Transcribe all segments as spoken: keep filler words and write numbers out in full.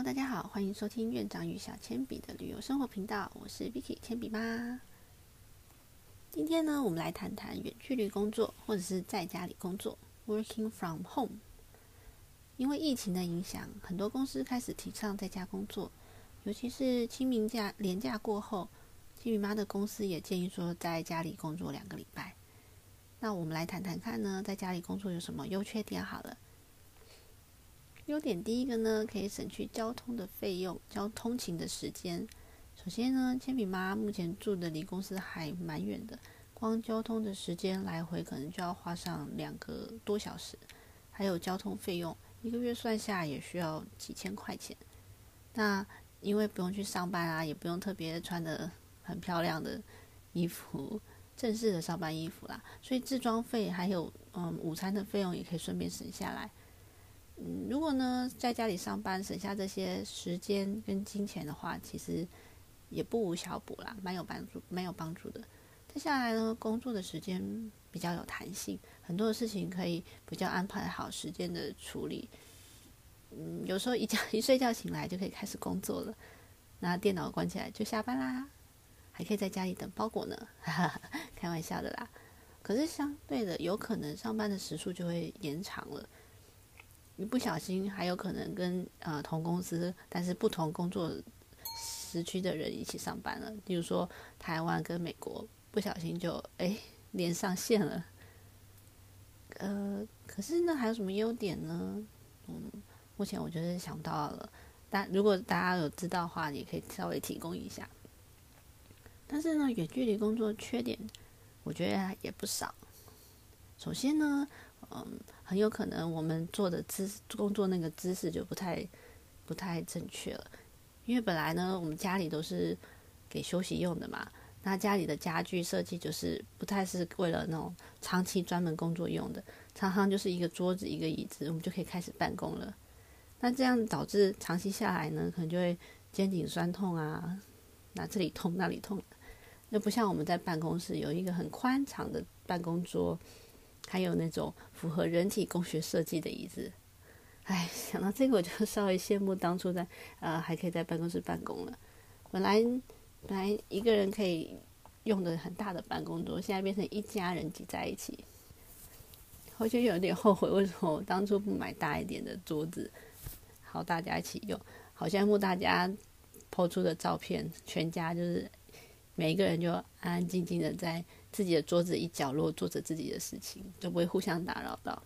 大家好，欢迎收听院长与小铅笔的旅游生活频道，我是 Vicky 铅笔妈。今天呢，我们来谈谈远距离工作或者是在家里工作 （Working from home）。因为疫情的影响，很多公司开始提倡在家工作，尤其是清明假连假过后，铅笔妈的公司也建议说在家里工作两个礼拜。那我们来谈谈看呢，在家里工作有什么优缺点好了。优点第一个呢，可以省去交通的费用、交通勤的时间。首先呢，铅笔妈目前住的离公司还蛮远的，光交通的时间来回可能就要花上两个多小时，还有交通费用，一个月算下也需要几千块钱。那因为不用去上班啊，也不用特别穿的很漂亮的衣服，正式的上班衣服啦，所以置装费还有嗯午餐的费用也可以顺便省下来。嗯，如果呢在家里上班省下这些时间跟金钱的话，其实也不无小补啦，蛮有帮助，蛮有帮助的。接下来呢，工作的时间比较有弹性，很多的事情可以比较安排好时间的处理。嗯，有时候一觉一睡觉醒来就可以开始工作了，那电脑关起来就下班啦，还可以在家里等包裹呢，哈哈，开玩笑的啦。可是相对的，有可能上班的时数就会延长了。你不小心还有可能跟呃同公司但是不同工作时区的人一起上班了，比如说台湾跟美国不小心就哎连上线了。呃，可是呢还有什么优点呢？嗯，目前我就是想到了，但如果大家有知道的话，也可以稍微提供一下。但是呢，远距离工作缺点，我觉得也不少。首先呢，嗯，很有可能我们做的姿工作那个姿势就不太不太正确了，因为本来呢，我们家里都是给休息用的嘛，那家里的家具设计就是不太是为了那种长期专门工作用的，常常就是一个桌子一个椅子，我们就可以开始办公了。那这样导致长期下来呢，可能就会肩颈酸痛啊，那这里痛那里痛的，就不像我们在办公室有一个很宽敞的办公桌。还有那种符合人体工学设计的椅子，哎，想到这个我就稍微羡慕当初在呃还可以在办公室办公了。本来本来一个人可以用的很大的办公桌，现在变成一家人挤在一起，我就有点后悔，为什么我当初不买大一点的桌子，好大家一起用。好羡慕大家 po 出的照片，全家就是每一个人就安安静静的在自己的桌子一角落做着自己的事情，就不会互相打扰到。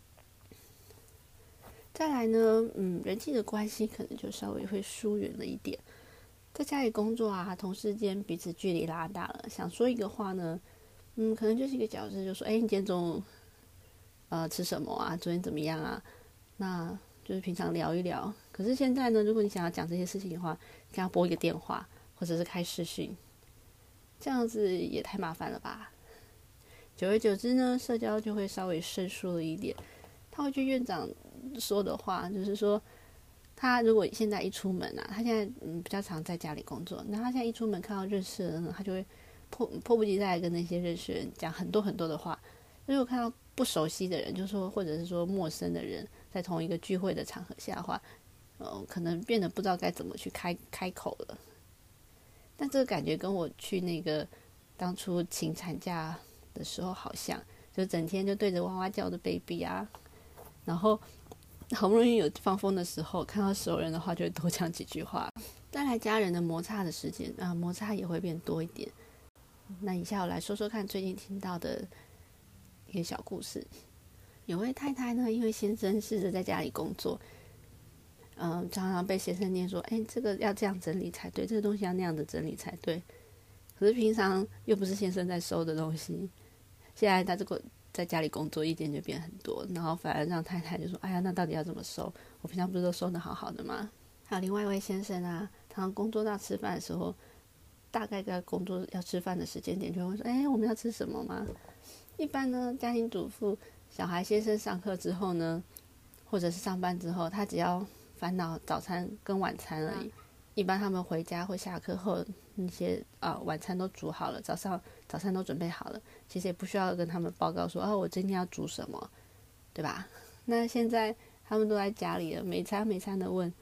再来呢，嗯，人际的关系可能就稍微会疏远了一点。在家里工作啊，同事间彼此距离拉大了，想说一个话呢，嗯，可能就是一个角色就说，哎，你今天中午呃吃什么啊？昨天怎么样啊？那就是平常聊一聊。可是现在呢，如果你想要讲这些事情的话，你给他拨一个电话，或者是开视讯。这样子也太麻烦了吧。久而久之呢，社交就会稍微生疏了一点。他会去院长说的话，就是说，他如果现在一出门啊，他现在嗯比较常在家里工作，那他现在一出门看到认识的人，他就会迫迫不及待跟那些认识的人讲很多很多的话。如果看到不熟悉的人，就是说或者是说陌生的人，在同一个聚会的场合下的话，呃，可能变得不知道该怎么去开开口了。但这个感觉跟我去那个当初请产假的时候好像，就整天就对着哇哇叫的 baby 啊，然后好不容易有放风的时候，看到熟人的话就会多讲几句话。再来家人的摩擦的时间啊，摩擦也会变多一点。那以下我来说说看最近听到的一个小故事。有位太太呢，因为先生试着在家里工作。嗯，常常被先生念说，哎，这个要这样整理才对，这个东西要那样的整理才对。可是平常又不是先生在收的东西，现在他这个在家里工作，意见就变很多，然后反而让太太就说，哎呀，那到底要怎么收？我平常不是都收得好好的吗？还有另外一位先生啊，常常工作到吃饭的时候，大概在工作要吃饭的时间点，就会说，哎，我们要吃什么吗？一般呢，家庭主妇小孩先生上课之后呢，或者是上班之后，他只要烦恼早餐跟晚餐而已。一般他们回家或下课后，那些啊、呃、晚餐都煮好了，早上早餐都准备好了，其实也不需要跟他们报告说，哦，我今天要煮什么，对吧？那现在他们都在家里了，每餐每餐的问，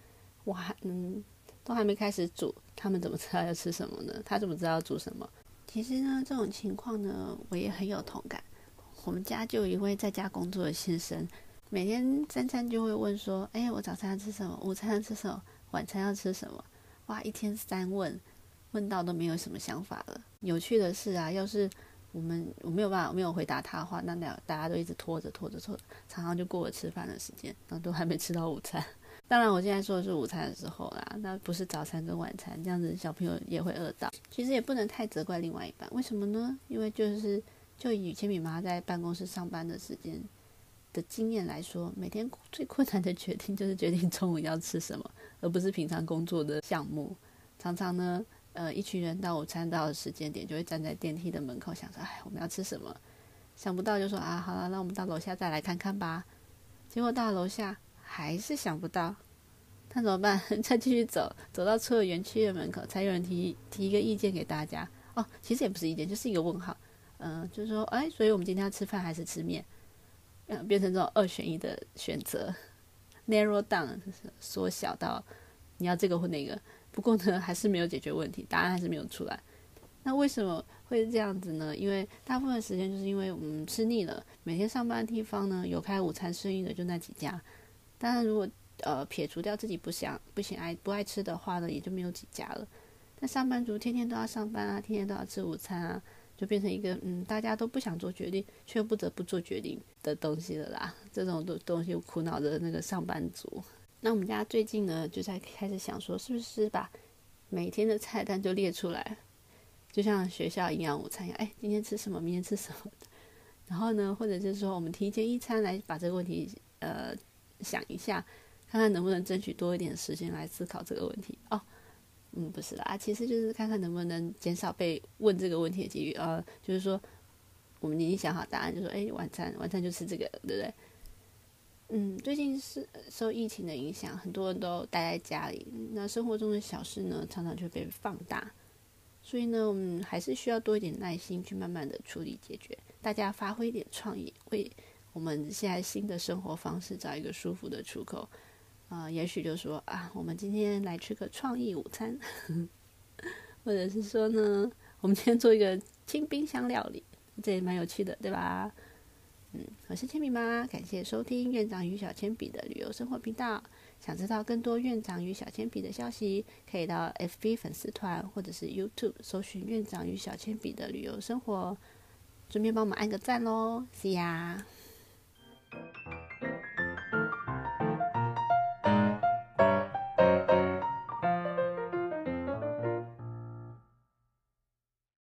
我还嗯都还没开始煮，他们怎么知道要吃什么呢？他怎么知道要煮什么？其实呢，这种情况呢，我也很有同感。我们家就有一位在家工作的先生，每天三餐就会问说：“哎，我早餐要吃什么？午餐要吃什么？晚餐要吃什么？”哇，一天三问，问到都没有什么想法了。有趣的是啊，要是我们我没有办法没有回答他的话，那大家都一直拖着拖着拖着，常常就过了吃饭的时间，然后都还没吃到午餐。当然我现在说的是午餐的时候啦，那不是早餐跟晚餐，这样子小朋友也会饿到。其实也不能太责怪另外一半，为什么呢？因为就是就以铅笔妈在办公室上班的时间的经验来说，每天最困难的决定就是决定中午要吃什么，而不是平常工作的项目。常常呢呃，一群人到午餐到的时间点，就会站在电梯的门口想说，哎，我们要吃什么？想不到就说啊，好了，那我们到楼下再来看看吧。结果到楼下还是想不到，那怎么办？再继续走，走到车园区的门口，才有人提提一个意见给大家。哦，其实也不是意见，就是一个问号。嗯、呃，就是说，哎，所以我们今天要吃饭还是吃面？嗯、呃，变成这种二选一的选择 ，narrow down， 缩小到你要这个或那个。不过呢，还是没有解决问题，答案还是没有出来。那为什么会这样子呢？因为大部分时间就是因为我们吃腻了，每天上班的地方呢有开午餐生意的就那几家。当然，如果呃撇除掉自己不想、不想爱、不爱吃的话呢，也就没有几家了。但上班族天天都要上班啊，天天都要吃午餐啊，就变成一个嗯大家都不想做决定，却不得不做决定的东西了啦。这种东西苦恼着那个上班族。那我们家最近呢，就在开始想说，是不是把每天的菜单就列出来，就像学校营养午餐一样，哎，今天吃什么，明天吃什么的。然后呢，或者就是说，我们提前一餐来把这个问题呃想一下，看看能不能争取多一点时间来思考这个问题。哦，嗯，不是啦，其实就是看看能不能减少被问这个问题的几率。呃，就是说，我们已经想好答案，就说，哎，晚餐晚餐就吃这个，对不对？嗯，最近是受疫情的影响，很多人都待在家里，那生活中的小事呢，常常就被放大，所以呢，我们还是需要多一点耐心去慢慢的处理解决。大家发挥一点创意，为我们现在新的生活方式找一个舒服的出口。呃，也许就说啊，我们今天来吃个创意午餐，或者是说呢，我们今天做一个清冰箱料理，这也蛮有趣的，对吧？嗯，我是铅笔妈，感谢收听院长与小铅笔的旅游生活频道。想知道更多院长与小铅笔的消息，可以到 F B 粉丝团或者是 YouTube 搜寻院长与小铅笔的旅游生活，顺便帮我们按个赞咯 ，See ya。